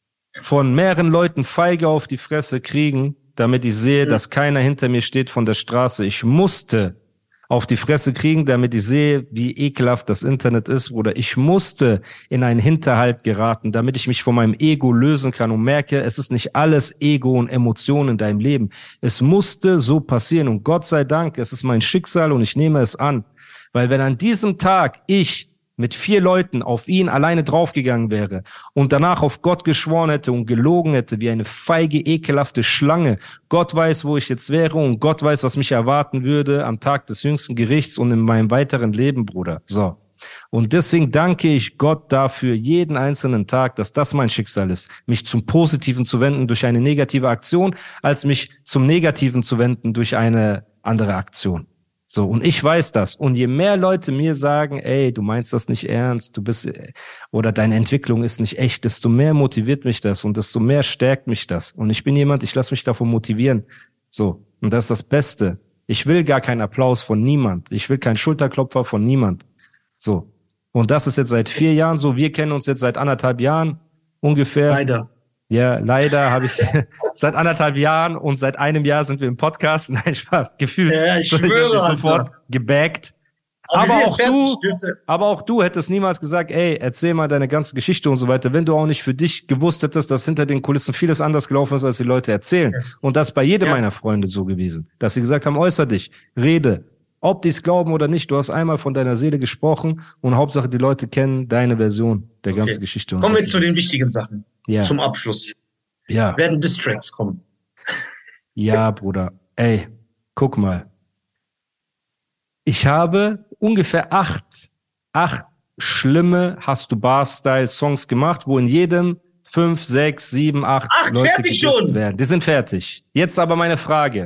von mehreren Leuten Feige auf die Fresse kriegen, damit ich sehe, hm. dass keiner hinter mir steht von der Straße. Ich musste auf die Fresse kriegen, damit ich sehe, wie ekelhaft das Internet ist, Bruder. Ich musste in einen Hinterhalt geraten, damit ich mich von meinem Ego lösen kann und merke, es ist nicht alles Ego und Emotionen in deinem Leben. Es musste so passieren und Gott sei Dank, es ist mein Schicksal und ich nehme es an. Weil wenn an diesem Tag ich mit vier Leuten auf ihn alleine draufgegangen wäre und danach auf Gott geschworen hätte und gelogen hätte wie eine feige, ekelhafte Schlange. Gott weiß, wo ich jetzt wäre und Gott weiß, was mich erwarten würde am Tag des jüngsten Gerichts und in meinem weiteren Leben, Bruder. So. Und deswegen danke ich Gott dafür jeden einzelnen Tag, dass das mein Schicksal ist, mich zum Positiven zu wenden durch eine negative Aktion, als mich zum Negativen zu wenden durch eine andere Aktion. So, und ich weiß das. Und je mehr Leute mir sagen, ey, du meinst das nicht ernst, du bist, oder deine Entwicklung ist nicht echt, desto mehr motiviert mich das und desto mehr stärkt mich das. Und ich bin jemand, ich lasse mich davon motivieren. So, und das ist das Beste. Ich will gar keinen Applaus von niemand. Ich will keinen Schulterklopfer von niemand. So. Und das ist jetzt seit vier Jahren so. Wir kennen uns jetzt seit anderthalb Jahren ungefähr. Leider. Ja, leider habe ich seit anderthalb Jahren und seit einem Jahr sind wir im Podcast. Nein, Spaß, gefühlt. Ja, ich schwöre, sofort Alter. gebackt. Aber, aber auch du, aber auch du hättest niemals gesagt, ey, erzähl mal deine ganze Geschichte und so weiter, wenn du auch nicht für dich gewusst hättest, dass hinter den Kulissen vieles anders gelaufen ist, als die Leute erzählen. Ja. Und das ist bei jedem ja. meiner Freunde so gewesen, dass sie gesagt haben, äußer dich, rede, ob die es glauben oder nicht. Du hast einmal von deiner Seele gesprochen und Hauptsache die Leute kennen deine Version der okay. ganzen Geschichte. Kommen wir zu den wichtigen Sachen. Ja. Zum Abschluss. Ja. Werden Distracks kommen. Ja, Bruder. Ey, guck mal. Ich habe ungefähr acht, acht schlimme Hast du Bar-Style-Songs gemacht, wo in jedem fünf, sechs, sieben, acht Ach, Leute gedisst werden. Die sind fertig. Jetzt aber meine Frage.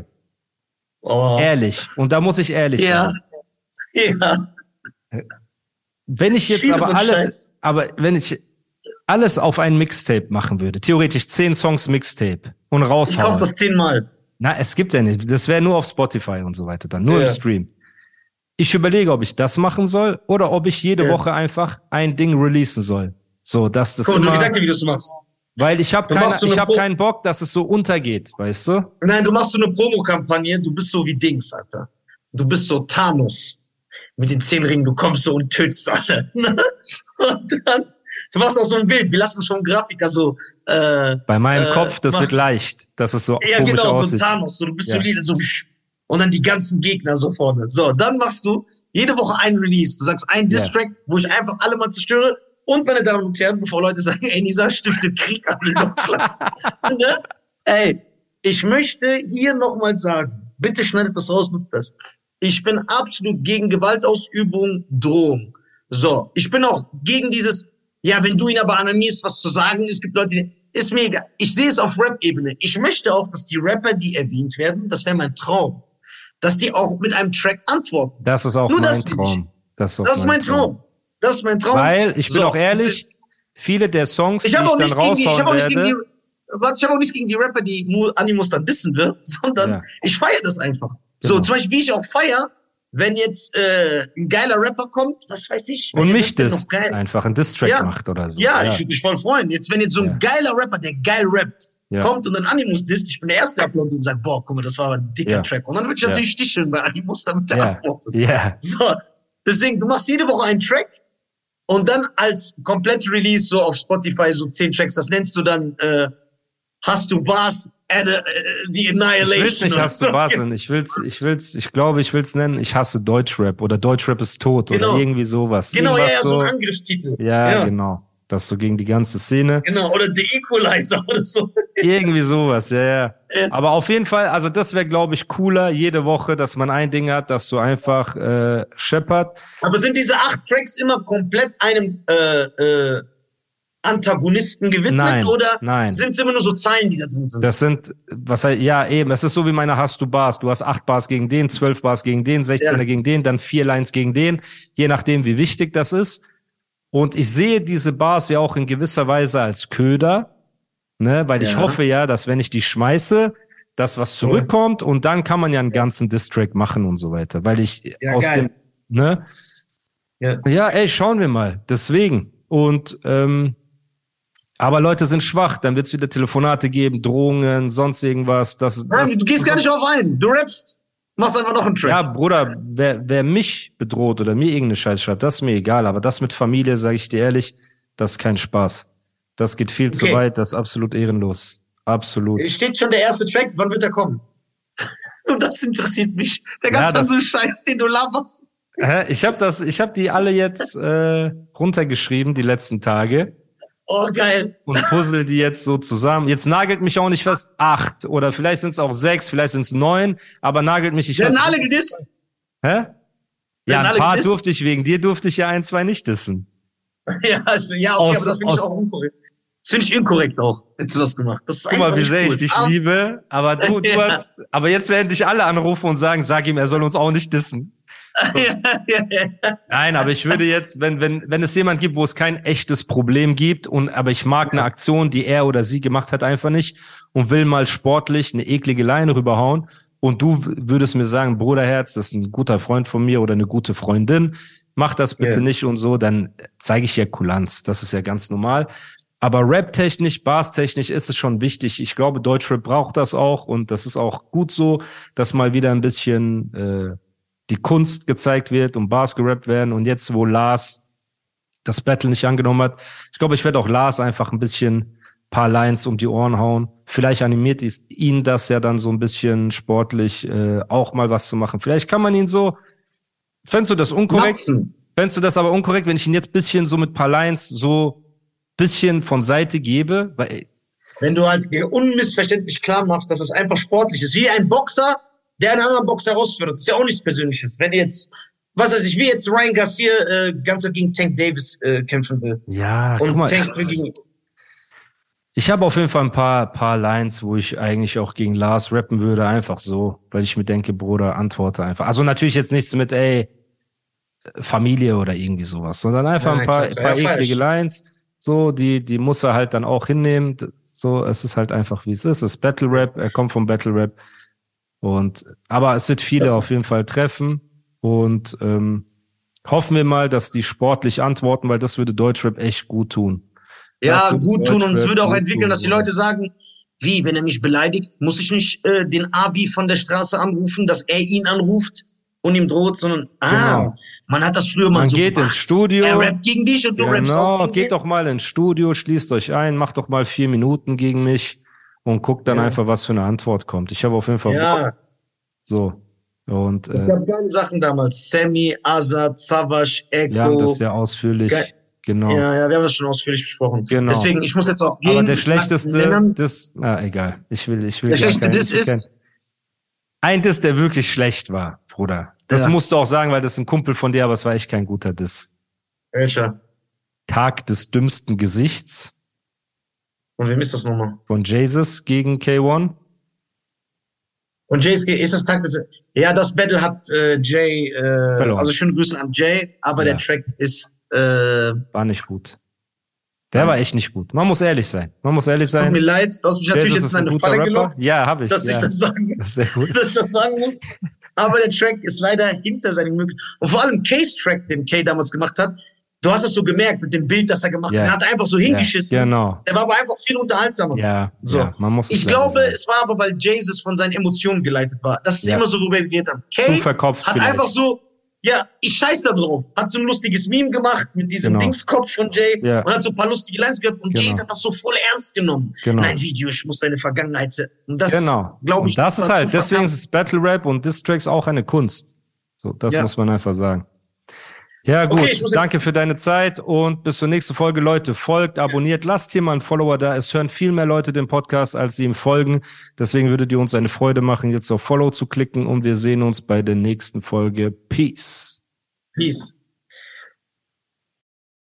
Oh. Ehrlich. Und da muss ich ehrlich ja. sein. Ja. Wenn ich jetzt aber alles, Scheiß. aber wenn ich alles auf ein Mixtape machen würde, theoretisch zehn Songs Mixtape und raushauen. Ich kauf das zehnmal. Na, es gibt ja nicht. Das wäre nur auf Spotify und so weiter dann, nur ja. im Stream. Ich überlege, ob ich das machen soll oder ob ich jede ja. Woche einfach ein Ding releasen soll. So, dass das Guck, immer... Du gesagt, wie du das machst. Weil ich habe keine, ich hab keinen Bock, dass es so untergeht, weißt du? Nein, du machst so eine Promokampagne, du bist so wie Dings, Alter. Du bist so Thanos mit den zehn Ringen, du kommst so und tötest alle. Und dann, du machst auch so ein Bild, wir lassen es vom Grafiker so... Äh, Bei meinem äh, Kopf, das mach, wird leicht, dass es so ja, komisch genau, aussieht. so Thanos, so, du bist ja. so lila, so... Und dann die ganzen Gegner so vorne. So, dann machst du jede Woche ein Release. Du sagst ein Diss-Track, ja. wo ich einfach alle mal zerstöre. Und, meine Damen und Herren, bevor Leute sagen, ey, Nisa stiftet Krieg an in Deutschland. Ne? Ey, ich möchte hier nochmal sagen, bitte schneidet das raus, nutzt das. Ich bin absolut gegen Gewaltausübung, Drohung. So, ich bin auch gegen dieses, ja, wenn du ihn aber anonymierst, was zu sagen, es gibt Leute, die, ist mir egal. Ich sehe es auf Rap-Ebene. Ich möchte auch, dass die Rapper, die erwähnt werden, das wäre mein Traum, dass die auch mit einem Track antworten. Das ist auch Nur mein das Traum. Das ist, das ist mein Traum. Traum. Das ist mein Traum. Weil, ich bin so, auch ehrlich, viele der Songs, ich die ich dann raushauen die, ich hab auch nicht werde... gegen die, warte, ich habe auch nichts gegen die Rapper, die Animus dann dissen wird, sondern ja. ich feiere das einfach. Genau. So, zum Beispiel, wie ich auch feiere, wenn jetzt äh, ein geiler Rapper kommt, was weiß ich. Und mich das einfach ein Diss-Track ja. macht oder so. Ja, ja. ich würde mich voll freuen. Jetzt, wenn jetzt so ein ja. geiler Rapper, der geil rappt, ja. kommt und dann Animus disst, ich bin der erste Upload und sagt, boah, guck mal, das war aber ein dicker ja. Track. Und dann würde ich natürlich ja. sticheln bei Animus, damit der ja. antwortet. Ja. So, deswegen, du machst jede Woche einen Track und dann als komplett Release so auf Spotify so zehn Tracks, das nennst du dann äh, hast du Bars, and, uh, the Annihilation. Ich will's nicht, hast du Bars nennen. Ich will's, ich will's, ich glaube, ich will's nennen, ich hasse Deutschrap oder Deutschrap ist tot genau. oder irgendwie sowas. Genau, Irgendwas ja, ja, so ein Angriffstitel. Ja, ja, genau. Das so gegen die ganze Szene. Genau, oder The Equalizer oder so. Irgendwie sowas, ja, ja. ja. Aber auf jeden Fall, also das wäre, glaube ich, cooler jede Woche, dass man ein Ding hat, dass du einfach äh, scheppert. Aber sind diese acht Tracks immer komplett einem äh, äh, Antagonisten gewidmet nein, oder nein. sind es immer nur so Zeilen, die da drin sind? Das sind, was halt, ja eben, es ist so wie meine Hast du Bars. Du hast acht Bars gegen den, zwölf Bars gegen den, sechzehner ja. gegen den, dann vier Lines gegen den, je nachdem, wie wichtig das ist. Und ich sehe diese Bars ja auch in gewisser Weise als Köder, ne, weil ja. ich hoffe ja, dass wenn ich die schmeiße, dass was zurückkommt und dann kann man ja einen ganzen Distrack machen und so weiter, weil ich ja, aus geil. dem, ne, ja. ja, ey, schauen wir mal, deswegen. Und, ähm, aber Leute sind schwach, dann wird's wieder Telefonate geben, Drohungen, sonst irgendwas. Das, Nein, das, du gehst gar nicht auf ein, du rappst. Machst einfach noch einen Track. Ja, Bruder, wer, wer mich bedroht oder mir irgendeine Scheiße schreibt, das ist mir egal. Aber das mit Familie, sage ich dir ehrlich, das ist kein Spaß. Das geht viel okay. zu weit, das ist absolut ehrenlos. Absolut. Steht schon der erste Track, wann wird er kommen? Und das interessiert mich. Der ganze ja, Scheiß, den du laberst. Hä? Ich habe das, ich habe die alle jetzt äh, runtergeschrieben, die letzten Tage. Oh, geil. Und puzzle die jetzt so zusammen. Jetzt nagelt mich auch nicht fest acht oder vielleicht sind es auch sechs, vielleicht sind es neun, aber nagelt mich nicht fest. Werden alle gedisst? Hä? Ja, ein paar gedisst? Durfte ich, wegen dir durfte ich ja ein, zwei nicht dissen. Ja, also, ja okay, aus, aber das finde ich auch unkorrekt. Das finde ich inkorrekt auch, hättest du das gemacht. Das ist guck mal, wie sehr cool. ich dich aber liebe, aber du, du ja. hast, aber jetzt werden dich alle anrufen und sagen, sag ihm, er soll uns auch nicht dissen. So. Ja, ja, ja. Nein, aber ich würde jetzt, wenn, wenn, wenn es jemand gibt, wo es kein echtes Problem gibt und, aber ich mag eine Aktion, die er oder sie gemacht hat, einfach nicht und will mal sportlich eine eklige Line rüberhauen und du würdest mir sagen, Bruderherz, das ist ein guter Freund von mir oder eine gute Freundin, mach das bitte yeah. nicht und so, dann zeige ich ja Kulanz. Das ist ja ganz normal. Aber Rap-technisch, Bars-technisch ist es schon wichtig. Ich glaube, Deutschrap braucht das auch und das ist auch gut so, dass mal wieder ein bisschen äh, die Kunst gezeigt wird und Bars gerappt werden. Und jetzt, wo Lars das Battle nicht angenommen hat, ich glaube, ich werde auch Lars einfach ein bisschen paar Lines um die Ohren hauen. Vielleicht animiert ihn das ja dann so ein bisschen sportlich äh, auch mal was zu machen. Vielleicht kann man ihn so, fändest du das unkorrekt? Matzen. Fändest du das aber unkorrekt, wenn ich ihn jetzt bisschen so mit paar Lines so bisschen von Seite gebe? Weil, wenn du halt unmissverständlich klar machst, dass es einfach sportlich ist. Wie ein Boxer, der einen anderen Boxer herausfordert. Das ist ja auch nichts Persönliches. Wenn jetzt, was weiß ich, wie jetzt Ryan Garcia äh, ganz gegen Tank Davis äh, kämpfen will. Ja, und guck mal, Tank will gegen. Ich habe auf jeden Fall ein paar paar Lines, wo ich eigentlich auch gegen Lars rappen würde, einfach so, weil ich mir denke, Bruder, antworte einfach. Also natürlich jetzt nichts mit, ey, Familie oder irgendwie sowas, sondern einfach ja, ein paar, klar, paar ja, eklige Lines. So, die die muss er halt dann auch hinnehmen. So, es ist halt einfach, wie es ist. Es ist Battle Rap, er kommt vom Battle Rap. Und, aber es wird viele das auf jeden Fall treffen und ähm, hoffen wir mal, dass die sportlich antworten, weil das würde Deutschrap echt gut tun. Ja, gut tun und es würde auch entwickeln, tun, dass die Leute sagen, wie, wenn er mich beleidigt, muss ich nicht äh, den Abi von der Straße anrufen, dass er ihn anruft und ihm droht, sondern, ah, genau. Man hat das früher mal man so geht gemacht. ins Studio. Er rappt gegen dich und du genau, rappst auch gegen geht doch mal ins Studio, schließt euch ein, macht doch mal vier Minuten gegen mich. Und guckt dann ja. einfach, was für eine Antwort kommt. Ich habe auf jeden Fall ja. Bock. So. Und, äh, es gab geile Sachen damals. Sammy, Azad, Savage, Echo. Wir haben das ja ausführlich. Ge genau. Ja, ja, wir haben das schon ausführlich besprochen. Genau. Deswegen, ich muss jetzt auch gehen. Aber der schlechteste, das, na, egal. Ich will, ich will. Der schlechteste Diss ist? Ein Diss, der wirklich schlecht war, Bruder. Das ja. musst du auch sagen, weil das ist ein Kumpel von dir, aber es war echt kein guter Diss. Welcher? Tag des dümmsten Gesichts. Und wem ist das nochmal? Von Jesus gegen K eins. Und Jay ist das Tag des... Ja, das Battle hat äh, Jay... Äh, also schöne Grüße an Jay, aber ja. der Track ist... Äh, war nicht gut. Der ja. war echt nicht gut. Man muss ehrlich sein. Man muss ehrlich sein. Tut mir leid, du hast mich natürlich jetzt in eine Falle gelockt. Ja, habe ich. Dass ja. ich das sagen, das sehr gut. dass ich das sagen muss. Aber der Track ist leider hinter seinen Möglichkeiten. Und vor allem Case-Track, den Kay damals gemacht hat, du hast es so gemerkt mit dem Bild, das er gemacht hat. Yeah. Er hat einfach so hingeschissen. Yeah, genau. Der war aber einfach viel unterhaltsamer. Ja, so. Ja, man muss ich glaube, sein. Es war aber, weil Jesus von seinen Emotionen geleitet war. Das ist ja. immer so, worüber wir geredet haben. Kay hat vielleicht. einfach so, ja, ich scheiß da drauf. Hat so ein lustiges Meme gemacht mit diesem Genau. Dingskopf von Jay Ja. und hat so ein paar lustige Lines gehabt und Genau. Jay hat das so voll ernst genommen. Genau. Nein, Video, ich muss deine Vergangenheit sehen. Und das, Genau. glaube ich, und das ist halt, zu deswegen verdammt. ist Battle Rap und Diss-Tracks auch eine Kunst. So, das Ja. muss man einfach sagen. Ja, gut. Okay, ich muss jetzt- Danke für deine Zeit und bis zur nächsten Folge. Leute, folgt, abonniert, lasst hier mal einen Follower da. Es hören viel mehr Leute den Podcast, als sie ihm folgen. Deswegen würdet ihr uns eine Freude machen, jetzt auf Follow zu klicken und wir sehen uns bei der nächsten Folge. Peace. Peace.